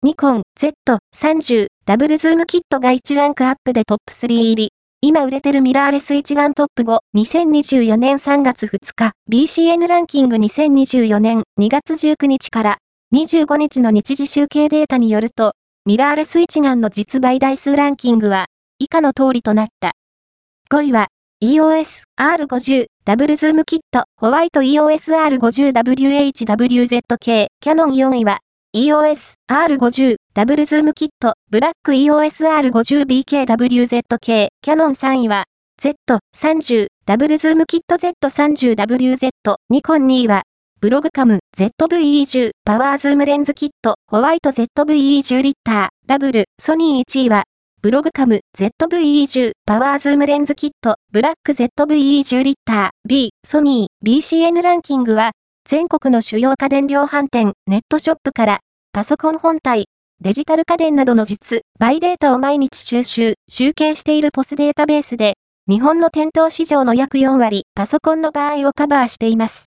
ニコン Z30 ダブルズームキットが1ランクアップでトップ3入り。今売れてるミラーレス一眼トップ5、2024年3月2日、BCN ランキング2024年2月19日から25日の日時集計データによると、ミラーレス一眼の実売台数ランキングは以下の通りとなった。5位は EOS R50 ダブルズームキットホワイト EOS R50WHWZK キャノン4位は EOS R50 ダブルズームキットブラック EOS R50BKWZK キャノン3位は Z30 ダブルズームキット Z30WZ ニコン2位はブログカム ZVE10 パワーズームレンズキットホワイト ZVE10 リッターダブルソニー1位はブログカム ZVE10 パワーズームレンズキットブラック ZVE10 リッター B ソニー BCN ランキングは全国の主要家電量販店ネットショップからパソコン本体デジタル家電などの実売データを毎日集計しているポスデータベースで日本の店頭市場の約4割パソコンの場合をカバーしています。